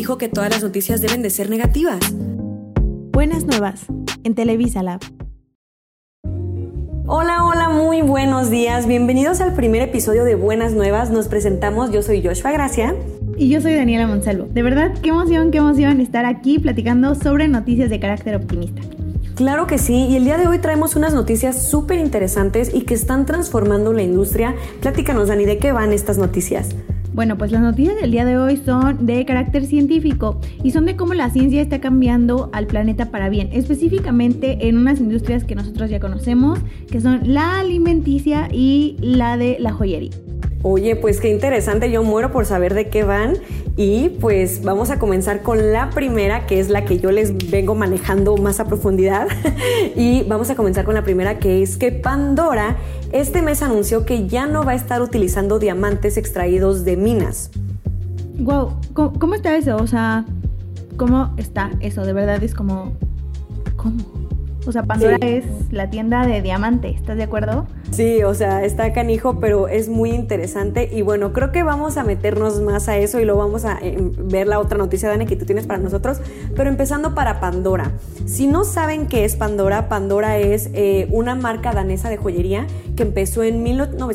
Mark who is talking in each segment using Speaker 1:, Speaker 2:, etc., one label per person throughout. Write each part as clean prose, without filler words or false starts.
Speaker 1: dijo que todas las noticias deben de ser negativas?
Speaker 2: Buenas nuevas, en Televisa Lab.
Speaker 1: Hola, muy buenos días. Bienvenidos al primer episodio de Buenas Nuevas. Nos presentamos, yo soy Joshua Gracia.
Speaker 2: Y yo soy Daniela Monsalvo. De verdad, qué emoción estar aquí platicando sobre noticias de carácter optimista.
Speaker 1: Claro que sí, y el día de hoy traemos unas noticias súper interesantes y que están transformando la industria. Platícanos, Dani, ¿de qué van estas noticias?
Speaker 2: Bueno, pues las noticias del día de hoy son de carácter científico y son de cómo la ciencia está cambiando al planeta para bien, específicamente en unas industrias que nosotros ya conocemos, que son la alimenticia y la de la joyería.
Speaker 1: Oye, pues qué interesante, yo muero por saber de qué van y pues vamos a comenzar con la primera, que es la que yo les vengo manejando más a profundidad y vamos a comenzar con la primera, que es que Pandora este mes anunció que ya no va a estar utilizando diamantes extraídos de minas.
Speaker 2: Wow, ¿cómo está eso? O sea, ¿cómo está eso? De verdad es como... ¿Cómo? O sea, Pandora sí. Es la tienda de diamante, ¿estás de acuerdo?
Speaker 1: Sí, o sea, está canijo, pero es muy interesante y bueno, creo que vamos a meternos más a eso y luego vamos a ver la otra noticia, Dani, que tú tienes para nosotros, pero empezando para Pandora. Si no saben qué es Pandora, Pandora es una marca danesa de joyería que empezó en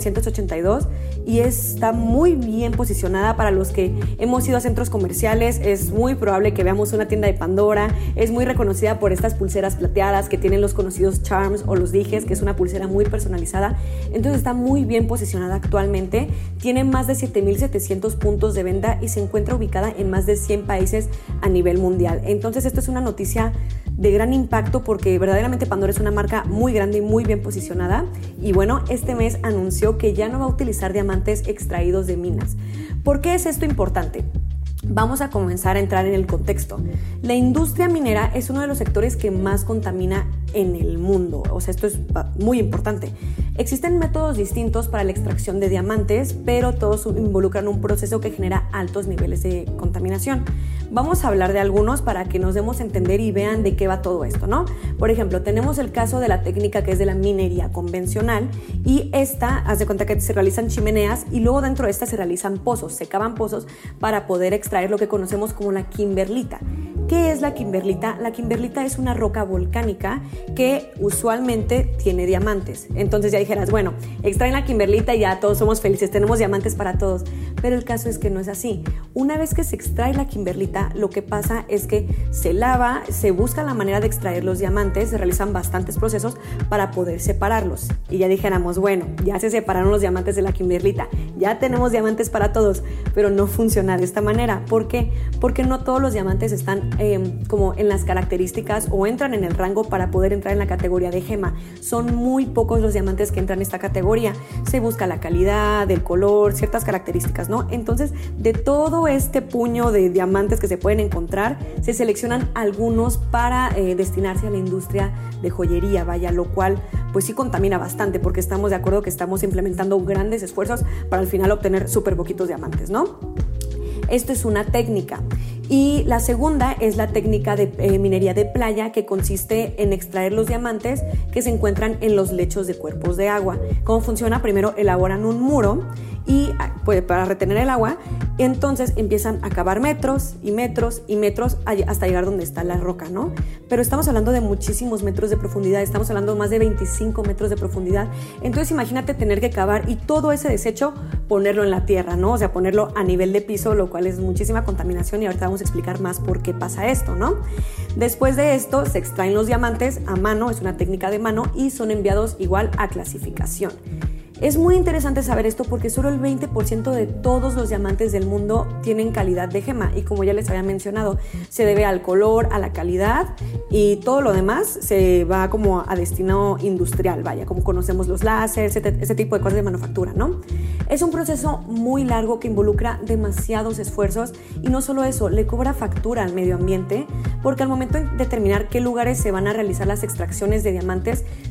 Speaker 1: 1982 y está muy bien posicionada para los que hemos ido a centros comerciales. Es muy probable que veamos una tienda de Pandora, es muy reconocida por estas pulseras plateadas que tienen los conocidos charms o los dijes, que es una pulsera muy personalizada. Entonces está muy bien posicionada actualmente, tiene más de 7,700 puntos de venta y se encuentra ubicada en más de 100 países a nivel mundial. Entonces esto es una noticia de gran impacto porque verdaderamente Pandora es una marca muy grande y muy bien posicionada y bueno, este mes anunció que ya no va a utilizar diamantes extraídos de minas. ¿Por qué es esto importante? Vamos a comenzar a entrar en el contexto. La industria minera es uno de los sectores que más contamina en el mundo, o sea, esto es muy importante. Existen métodos distintos para la extracción de diamantes, pero todos involucran un proceso que genera altos niveles de contaminación. Vamos a hablar de algunos para que nos demos a entender y vean de qué va todo esto, ¿no? Por ejemplo, tenemos el caso de la técnica que es de la minería convencional y esta, haz de cuenta que se realizan chimeneas y luego dentro de esta se realizan pozos, se cavan pozos para poder extraer lo que conocemos como la kimberlita. ¿Qué es la kimberlita? La kimberlita es una roca volcánica que usualmente tiene diamantes. Entonces ya dijeras, bueno, extraen la kimberlita y ya todos somos felices, tenemos diamantes para todos. Pero el caso es que no es así. Una vez que se extrae la kimberlita, lo que pasa es que se lava, se busca la manera de extraer los diamantes, se realizan bastantes procesos para poder separarlos. Y ya dijéramos, bueno, ya se separaron los diamantes de la kimberlita, ya tenemos diamantes para todos, pero no funciona de esta manera. ¿Por qué? Porque no todos los diamantes están como en las características o entran en el rango para poder entrar en la categoría de gema. Son muy pocos los diamantes que entran en esta categoría. Se busca la calidad, el color, ciertas características, ¿no? Entonces, de todo este puño de diamantes que se pueden encontrar, se seleccionan algunos para destinarse a la industria de joyería, vaya, lo cual pues sí contamina bastante porque estamos de acuerdo que estamos implementando grandes esfuerzos para al final obtener súper poquitos diamantes, ¿no? Esto es una técnica. Y la segunda es la técnica de minería de playa, que consiste en extraer los diamantes que se encuentran en los lechos de cuerpos de agua. ¿Cómo funciona? Primero elaboran un muro y pues, para retener el agua, entonces empiezan a cavar metros y metros y metros hasta llegar donde está la roca, ¿no? Pero estamos hablando de muchísimos metros de profundidad, estamos hablando de más de 25 metros de profundidad. Entonces imagínate tener que cavar y todo ese desecho ponerlo en la tierra, ¿no? O sea, ponerlo a nivel de piso, lo cual es muchísima contaminación y ahorita vamos a explicar más por qué pasa esto, ¿no? Después de esto se extraen los diamantes a mano, es una técnica de mano y son enviados igual a clasificación. Es muy interesante saber esto porque solo el 20% de todos los diamantes del mundo tienen calidad de gema y como ya les había mencionado, se debe al color, a la calidad y todo lo demás se va como a destino industrial, vaya, como conocemos los láseres, ese tipo de cosas de manufactura, ¿no? Es un proceso muy largo que involucra demasiados esfuerzos y no solo eso, le cobra factura al medio ambiente porque al momento de determinar qué lugares se van a realizar las extracciones de diamantes,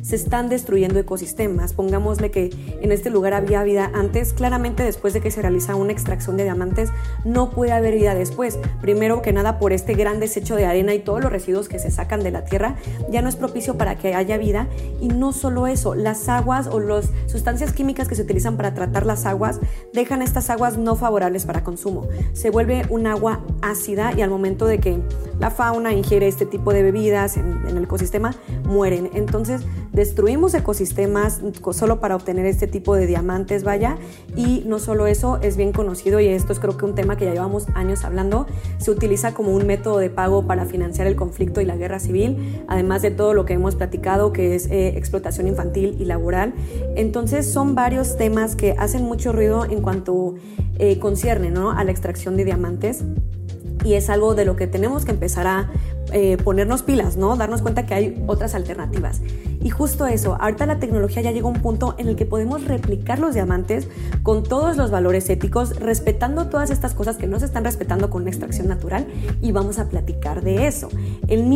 Speaker 1: se están destruyendo ecosistemas. Pongámosle que en este lugar había vida antes, claramente después de que se realiza una extracción de diamantes no puede haber vida después. Primero que nada por este gran desecho de arena y todos los residuos que se sacan de la tierra, ya no es propicio para que haya vida. Y no solo eso, las aguas o las sustancias químicas que se utilizan para tratar las aguas dejan estas aguas no favorables para consumo. Se vuelve un agua ácida y al momento de que la fauna ingiere este tipo de bebidas en el ecosistema, mueren. Entonces destruimos ecosistemas solo para obtener este tipo de diamantes, vaya. Y no solo eso, es bien conocido, y esto es creo que un tema que ya llevamos años hablando, se utiliza como un método de pago para financiar el conflicto y la guerra civil, además de todo lo que hemos platicado, que es explotación infantil y laboral. Entonces son varios temas que hacen mucho ruido en cuanto concierne, ¿no?, a la extracción de diamantes. Y es algo de lo que tenemos que empezar a ponernos pilas, ¿no? Darnos cuenta que hay otras alternativas. Y justo eso, ahorita la tecnología ya llega a un punto en el que podemos replicar los diamantes con todos los valores éticos, respetando todas estas cosas que no se están respetando con una extracción natural, y vamos a platicar de eso. En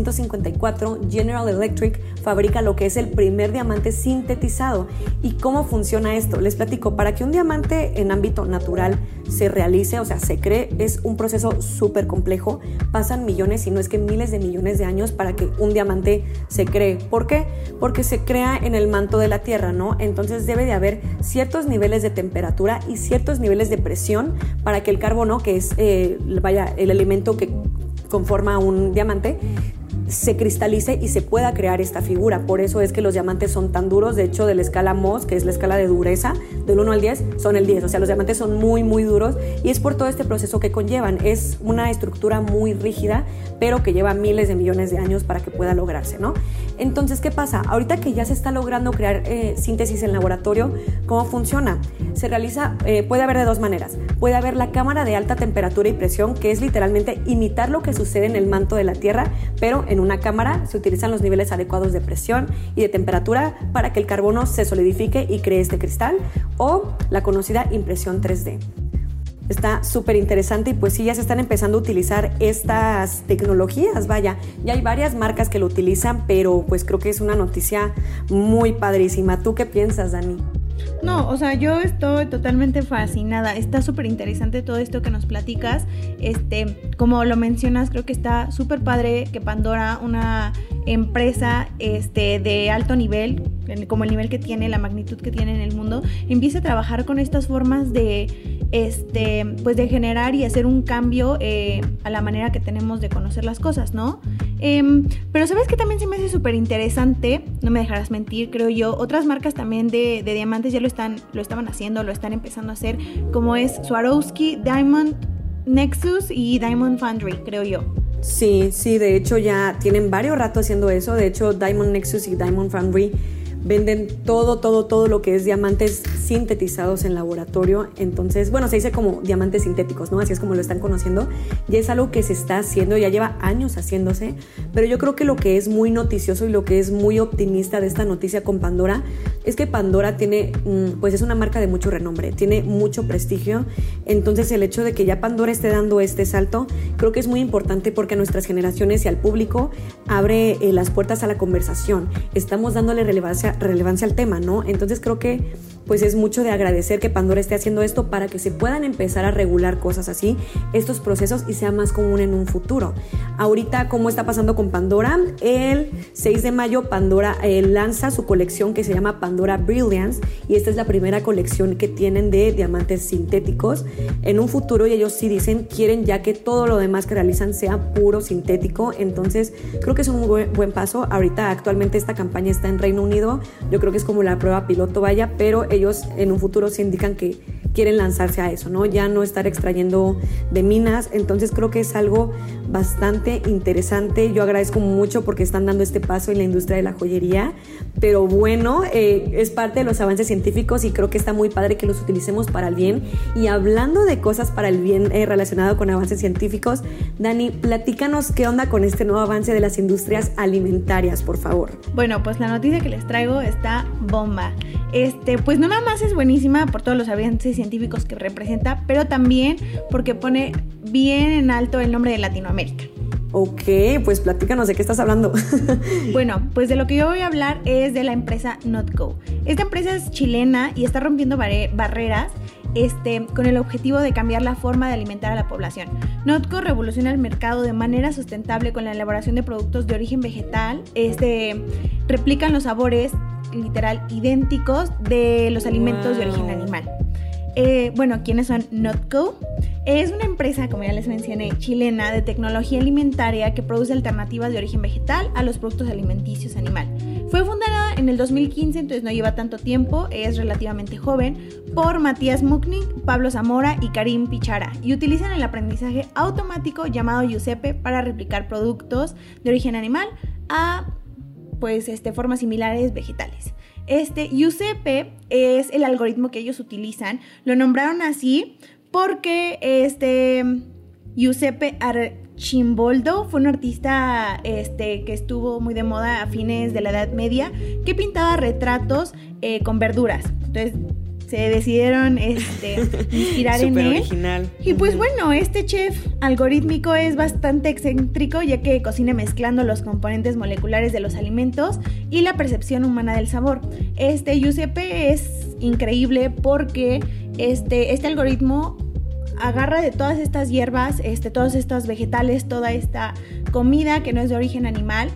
Speaker 1: 1954, General Electric fabrica lo que es el primer diamante sintetizado. ¿Y cómo funciona esto? Les platico, para que un diamante en ámbito natural se realice, o sea, se cree, es un proceso súper complejo. Pasan millones, si no es que miles de millones de años para que un diamante se cree. ¿Por qué? Porque se crea en el manto de la tierra, ¿no? Entonces debe de haber ciertos niveles de temperatura y ciertos niveles de presión para que el carbono, que es el elemento que conforma un diamante, se cristalice y se pueda crear esta figura. Por eso es que los diamantes son tan duros. De hecho, de la escala Mohs, que es la escala de dureza, del 1 al 10, son el 10. O sea, los diamantes son muy, muy duros, y es por todo este proceso que conllevan. Es una estructura muy rígida, pero que lleva miles de millones de años para que pueda lograrse, ¿no? Entonces, ¿qué pasa? Ahorita que ya se está logrando crear síntesis en laboratorio, ¿cómo funciona? Se realiza, puede haber de dos maneras. Puede haber la cámara de alta temperatura y presión, que es literalmente imitar lo que sucede en el manto de la Tierra, pero en una cámara se utilizan los niveles adecuados de presión y de temperatura para que el carbono se solidifique y cree este cristal, o la conocida impresión 3D. Está súper interesante, y pues sí, ya se están empezando a utilizar estas tecnologías, vaya. Ya hay varias marcas que lo utilizan, pero pues creo que es una noticia muy padrísima. ¿Tú qué piensas, Dani?
Speaker 2: No, o sea, yo estoy totalmente fascinada. Está súper interesante todo esto que nos platicas. Como lo mencionas, creo que está súper padre que Pandora, una empresa de alto nivel, como el nivel que tiene, la magnitud que tiene en el mundo, empiece a trabajar con estas formas de pues de generar y hacer un cambio a la manera que tenemos de conocer las cosas, ¿no? Pero ¿sabes qué también se me hace súper interesante? No me dejarás mentir, creo yo. Otras marcas también de diamantes ya lo estaban haciendo, lo están empezando a hacer, como es Swarovski, Diamond Nexus y Diamond Foundry, creo yo.
Speaker 1: Sí, de hecho ya tienen varios rato haciendo eso. De hecho, Diamond Nexus y Diamond Foundry venden todo lo que es diamantes sintetizados en laboratorio. Entonces, bueno, se dice como diamantes sintéticos, ¿no? Así es como lo están conociendo. Ya es algo que se está haciendo, ya lleva años haciéndose, pero yo creo que lo que es muy noticioso y lo que es muy optimista de esta noticia con Pandora es que Pandora tiene, pues es una marca de mucho renombre, tiene mucho prestigio. Entonces el hecho de que ya Pandora esté dando este salto, creo que es muy importante, porque a nuestras generaciones y al público abre las puertas a la conversación. Estamos dándole relevancia al tema, ¿no? Entonces creo que pues es mucho de agradecer que Pandora esté haciendo esto para que se puedan empezar a regular cosas así, estos procesos, y sea más común en un futuro. Ahorita, ¿cómo está pasando con Pandora? El 6 de mayo Pandora lanza su colección que se llama Pandora Brilliance, y esta es la primera colección que tienen de diamantes sintéticos. En un futuro, y ellos sí dicen, quieren ya que todo lo demás que realizan sea puro sintético. Entonces creo que es un buen paso. Ahorita actualmente esta campaña está en Reino Unido, yo creo que es como la prueba piloto, vaya, pero ellos en un futuro se indican que quieren lanzarse a eso, ¿no? Ya no estar extrayendo de minas. Entonces creo que es algo bastante interesante. Yo agradezco mucho porque están dando este paso en la industria de la joyería, pero bueno, es parte de los avances científicos, y creo que está muy padre que los utilicemos para el bien. Y hablando de cosas para el bien relacionado con avances científicos, Dani, platícanos qué onda con este nuevo avance de las industrias alimentarias, por favor.
Speaker 2: Bueno, pues la noticia que les traigo está bomba. Pues no nada más es buenísima por todos los avances científicos que representa, pero también porque pone bien en alto el nombre de Latinoamérica.
Speaker 1: Ok, pues platícanos de qué estás hablando.
Speaker 2: Bueno, pues de lo que yo voy a hablar es de la empresa NotCo. Esta empresa es chilena y está rompiendo barreras con el objetivo de cambiar la forma de alimentar a la población. NotCo revoluciona el mercado de manera sustentable con la elaboración de productos de origen vegetal. Replican los sabores literal idénticos de los alimentos de origen animal. Bueno, ¿quiénes son NotCo? Es una empresa, como ya les mencioné, chilena de tecnología alimentaria que produce alternativas de origen vegetal a los productos alimenticios animal. Fue fundada en el 2015, entonces no lleva tanto tiempo, es relativamente joven, por Matías Mucknick, Pablo Zamora y Karim Pichara, y utilizan el aprendizaje automático llamado Giuseppe para replicar productos de origen animal a formas similares vegetales. Giuseppe es el algoritmo que ellos utilizan, lo nombraron así porque Giuseppe Arcimboldo fue un artista que estuvo muy de moda a fines de la Edad Media, que pintaba retratos con verduras. Entonces se decidieron inspirar en él.
Speaker 1: Original.
Speaker 2: Y pues bueno, este chef algorítmico es bastante excéntrico, ya que cocina mezclando los componentes moleculares de los alimentos y la percepción humana del sabor. Giuseppe es increíble porque este algoritmo agarra de todas estas hierbas, todos estos vegetales, toda esta comida que no es de origen animal.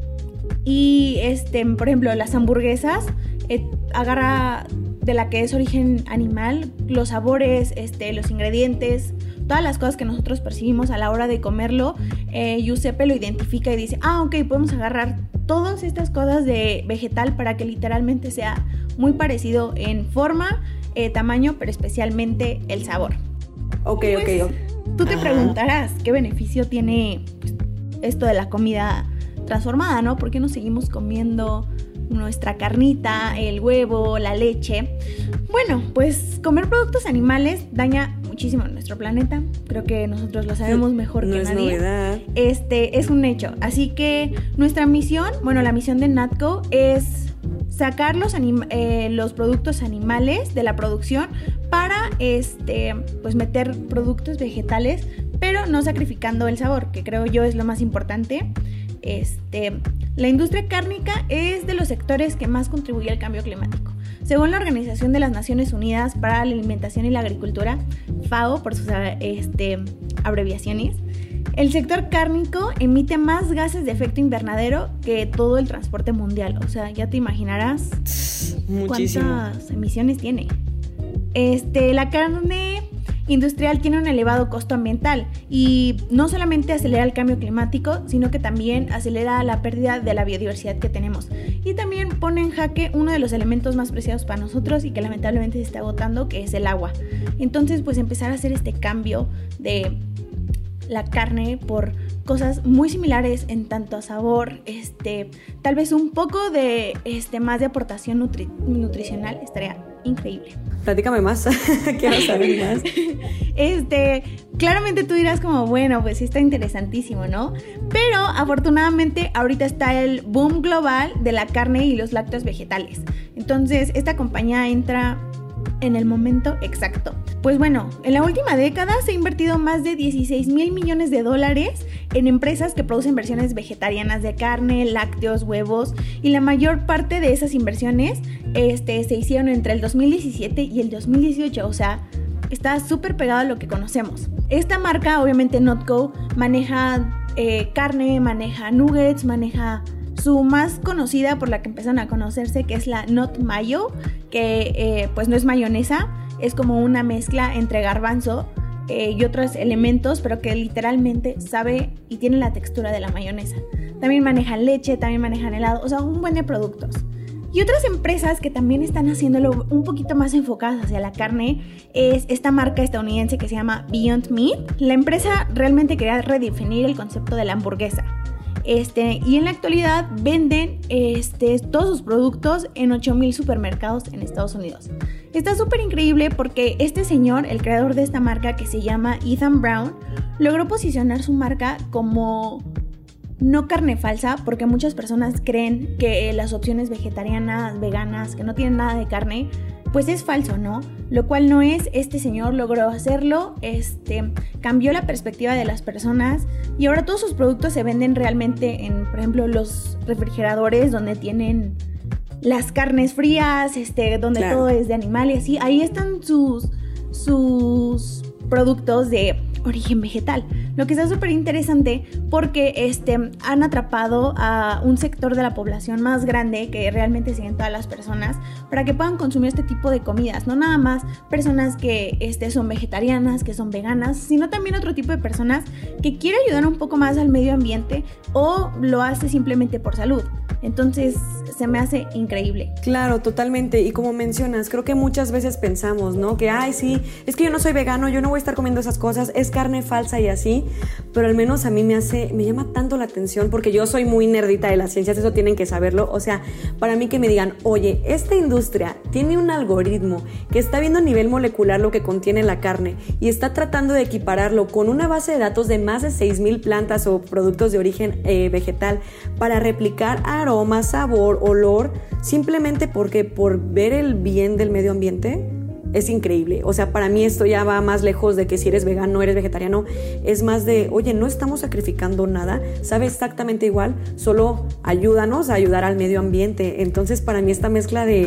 Speaker 2: Y por ejemplo, las hamburguesas, agarra de la que es origen animal, los sabores, los ingredientes, todas las cosas que nosotros percibimos a la hora de comerlo. Giuseppe lo identifica y dice, ok, podemos agarrar todas estas cosas de vegetal para que literalmente sea muy parecido en forma, tamaño, pero especialmente el sabor.
Speaker 1: Ok.
Speaker 2: Tú te preguntarás qué beneficio tiene esto de la comida transformada, ¿no? ¿Por qué no seguimos comiendo nuestra carnita, el huevo, la leche? Bueno, pues comer productos animales daña muchísimo nuestro planeta. Creo que nosotros lo sabemos mejor que nadie.
Speaker 1: No es novedad.
Speaker 2: Es un hecho. Así que nuestra misión, la misión de NotCo es sacar los productos animales de la producción para meter productos vegetales, pero no sacrificando el sabor, que creo yo es lo más importante. La industria cárnica es de los sectores que más contribuye al cambio climático. Según la Organización de las Naciones Unidas para la Alimentación y la Agricultura, FAO por sus abreviaciones, el sector cárnico emite más gases de efecto invernadero que todo el transporte mundial. O sea, ya te imaginarás
Speaker 1: muchísimo.
Speaker 2: Cuántas emisiones tiene. La carne industrial tiene un elevado costo ambiental y no solamente acelera el cambio climático, sino que también acelera la pérdida de la biodiversidad que tenemos y también pone en jaque uno de los elementos más preciados para nosotros y que lamentablemente se está agotando, que es el agua. Entonces, pues empezar a hacer este cambio de la carne por cosas muy similares en tanto a sabor, tal vez un poco de más de aportación nutricional estaría increíble.
Speaker 1: Platícame más, quiero saber más.
Speaker 2: Claramente tú dirás como, bueno, pues sí está interesantísimo, ¿no? Pero afortunadamente ahorita está el boom global de la carne y los lácteos vegetales. Entonces esta compañía entra en el momento exacto. Pues bueno, en la última década se ha invertido más de 16,000 millones de dólares en empresas que producen versiones vegetarianas de carne, lácteos, huevos, y la mayor parte de esas inversiones se hicieron entre el 2017 y el 2018, o sea, está súper pegado a lo que conocemos. Esta marca, obviamente NotCo, maneja carne, maneja nuggets, maneja su más conocida, por la que empezaron a conocerse, que es la Not Mayo, que pues no es mayonesa, es como una mezcla entre garbanzo y otros elementos, pero que literalmente sabe y tiene la textura de la mayonesa. También manejan leche, también manejan helado, o sea, un buen de productos. Y otras empresas que también están haciéndolo un poquito más enfocadas hacia la carne es esta marca estadounidense que se llama Beyond Meat. La empresa realmente quería redefinir el concepto de la hamburguesa. Y en la actualidad venden todos sus productos en 8,000 supermercados en Estados Unidos. Está súper increíble porque este señor, el creador de esta marca, que se llama Ethan Brown, logró posicionar su marca como no carne falsa, porque muchas personas creen que las opciones vegetarianas, veganas, que no tienen nada de carne, pues es falso, ¿no? Lo cual no es. Este señor logró hacerlo, cambió la perspectiva de las personas y ahora todos sus productos se venden realmente en, por ejemplo, los refrigeradores donde tienen las carnes frías, donde claro, todo es de animal y así. Ahí están sus productos de origen vegetal, lo que está súper interesante porque han atrapado a un sector de la población más grande que realmente siguen todas las personas para que puedan consumir este tipo de comidas, no nada más personas que son vegetarianas, que son veganas, sino también otro tipo de personas que quiere ayudar un poco más al medio ambiente o lo hace simplemente por salud. Entonces se me hace increíble.
Speaker 1: Claro, totalmente. Y como mencionas, creo que muchas veces pensamos, ¿no? Que, ay, sí, es que yo no soy vegano, yo no voy a estar comiendo esas cosas, es carne falsa y así. Pero al menos a mí me llama tanto la atención porque yo soy muy nerdita de las ciencias, eso tienen que saberlo. O sea, para mí que me digan, oye, esta industria tiene un algoritmo que está viendo a nivel molecular lo que contiene la carne y está tratando de equipararlo con una base de datos de más de 6,000 plantas o productos de origen vegetal para replicar aroma, sabor, olor, simplemente porque por ver el bien del medio ambiente. Es increíble. O sea, para mí esto ya va más lejos de que si eres vegano, eres vegetariano. Es más de, oye, no estamos sacrificando nada. Sabe exactamente igual, solo ayúdanos a ayudar al medio ambiente. Entonces, para mí esta mezcla de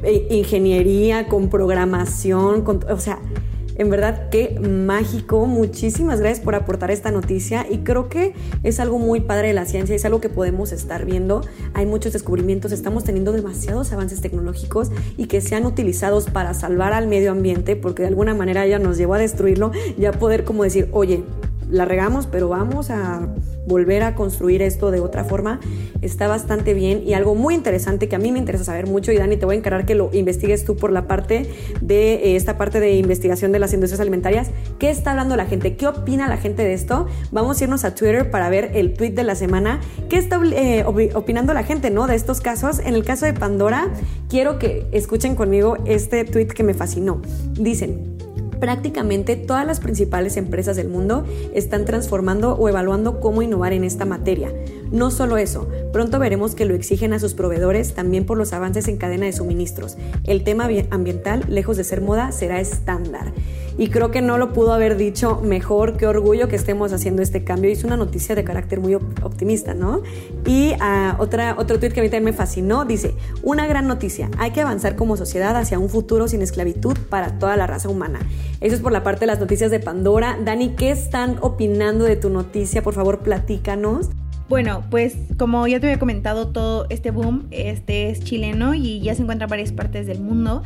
Speaker 1: ingeniería con programación, o sea, en verdad, qué mágico. Muchísimas gracias por aportar esta noticia y creo que es algo muy padre de la ciencia, es algo que podemos estar viendo. Hay muchos descubrimientos, estamos teniendo demasiados avances tecnológicos y que sean utilizados para salvar al medio ambiente porque de alguna manera ya nos llevó a destruirlo, ya poder como decir, oye, la regamos, pero vamos a volver a construir esto de otra forma. Está bastante bien y algo muy interesante que a mí me interesa saber mucho, y Dani, te voy a encargar que lo investigues tú por la parte de esta parte de investigación de las industrias alimentarias. ¿Qué está hablando la gente? ¿Qué opina la gente de esto? Vamos a irnos a Twitter para ver el tweet de la semana. ¿Qué está opinando la gente, no, de estos casos? En el caso de Pandora, quiero que escuchen conmigo este tweet que me fascinó. Dicen: prácticamente todas las principales empresas del mundo están transformando o evaluando cómo innovar en esta materia. No solo eso, pronto veremos que lo exigen a sus proveedores también por los avances en cadena de suministros. El tema ambiental, lejos de ser moda, será estándar. Y creo que no lo pudo haber dicho mejor. Qué orgullo que estemos haciendo este cambio. Y es una noticia de carácter muy optimista, ¿no? Y otro tweet que a mí también me fascinó, dice: una gran noticia, hay que avanzar como sociedad hacia un futuro sin esclavitud para toda la raza humana. Eso es por la parte de las noticias de Pandora. Dani, ¿qué están opinando de tu noticia? Por favor, platícanos.
Speaker 2: Bueno, pues como ya te había comentado, todo este boom es chileno y ya se encuentra en varias partes del mundo,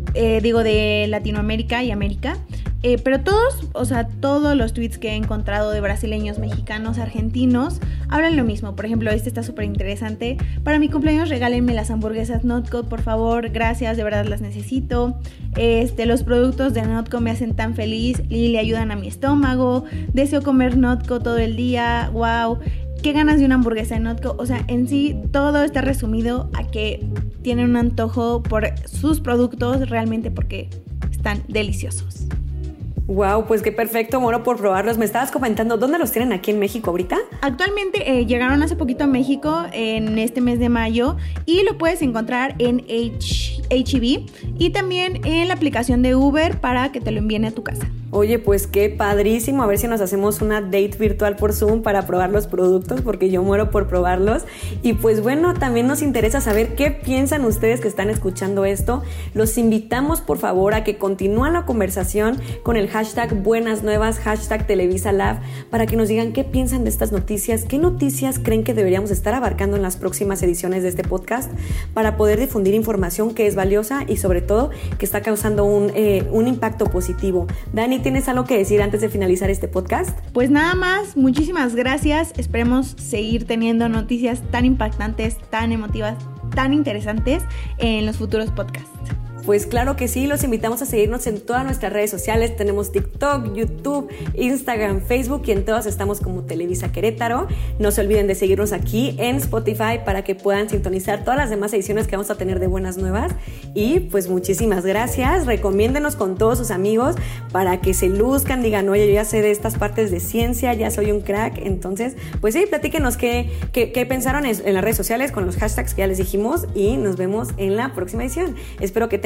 Speaker 2: de Latinoamérica y América, pero todos los tweets que he encontrado de brasileños, mexicanos, argentinos, hablan lo mismo. Por ejemplo, este está súper interesante: para mi cumpleaños regálenme las hamburguesas Notco, por favor, gracias, de verdad las necesito. Los productos de Notco me hacen tan feliz y le ayudan a mi estómago, deseo comer Notco todo el día, wow. ¿Qué ganas de una hamburguesa de Notco? O sea, en sí todo está resumido a que tienen un antojo por sus productos realmente porque están deliciosos.
Speaker 1: Wow, pues qué perfecto, bueno, por probarlos. Me estabas comentando, ¿dónde los tienen aquí en México ahorita?
Speaker 2: Actualmente llegaron hace poquito a México en este mes de mayo y lo puedes encontrar en H-E-B y también en la aplicación de Uber para que te lo envíen a tu casa.
Speaker 1: Oye, pues qué padrísimo, a ver si nos hacemos una date virtual por Zoom para probar los productos, porque yo muero por probarlos. Y pues bueno, también nos interesa saber qué piensan ustedes que están escuchando esto. Los invitamos por favor a que continúen la conversación con el hashtag Buenas Nuevas, hashtag Televisa Lab, para que nos digan qué piensan de estas noticias, qué noticias creen que deberíamos estar abarcando en las próximas ediciones de este podcast para poder difundir información que es valiosa y sobre todo que está causando un impacto positivo. Dani, ¿tienes algo que decir antes de finalizar este podcast?
Speaker 2: Pues nada más, muchísimas gracias. Esperemos seguir teniendo noticias tan impactantes, tan emotivas, tan interesantes en los futuros podcasts.
Speaker 1: Pues claro que sí, los invitamos a seguirnos en todas nuestras redes sociales. Tenemos TikTok, YouTube, Instagram, Facebook y en todas estamos como Televisa Querétaro. No se olviden de seguirnos aquí en Spotify para que puedan sintonizar todas las demás ediciones que vamos a tener de Buenas Nuevas. Y pues muchísimas gracias. Recomiéndenos con todos sus amigos para que se luzcan, digan, oye, yo ya sé de estas partes de ciencia, ya soy un crack. Entonces, pues sí, platíquenos qué pensaron en las redes sociales con los hashtags que ya les dijimos y nos vemos en la próxima edición. Espero que tengan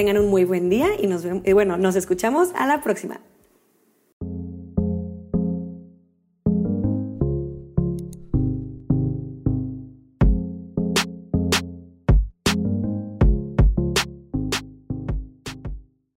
Speaker 1: tengan un muy buen día y nos escuchamos a la próxima.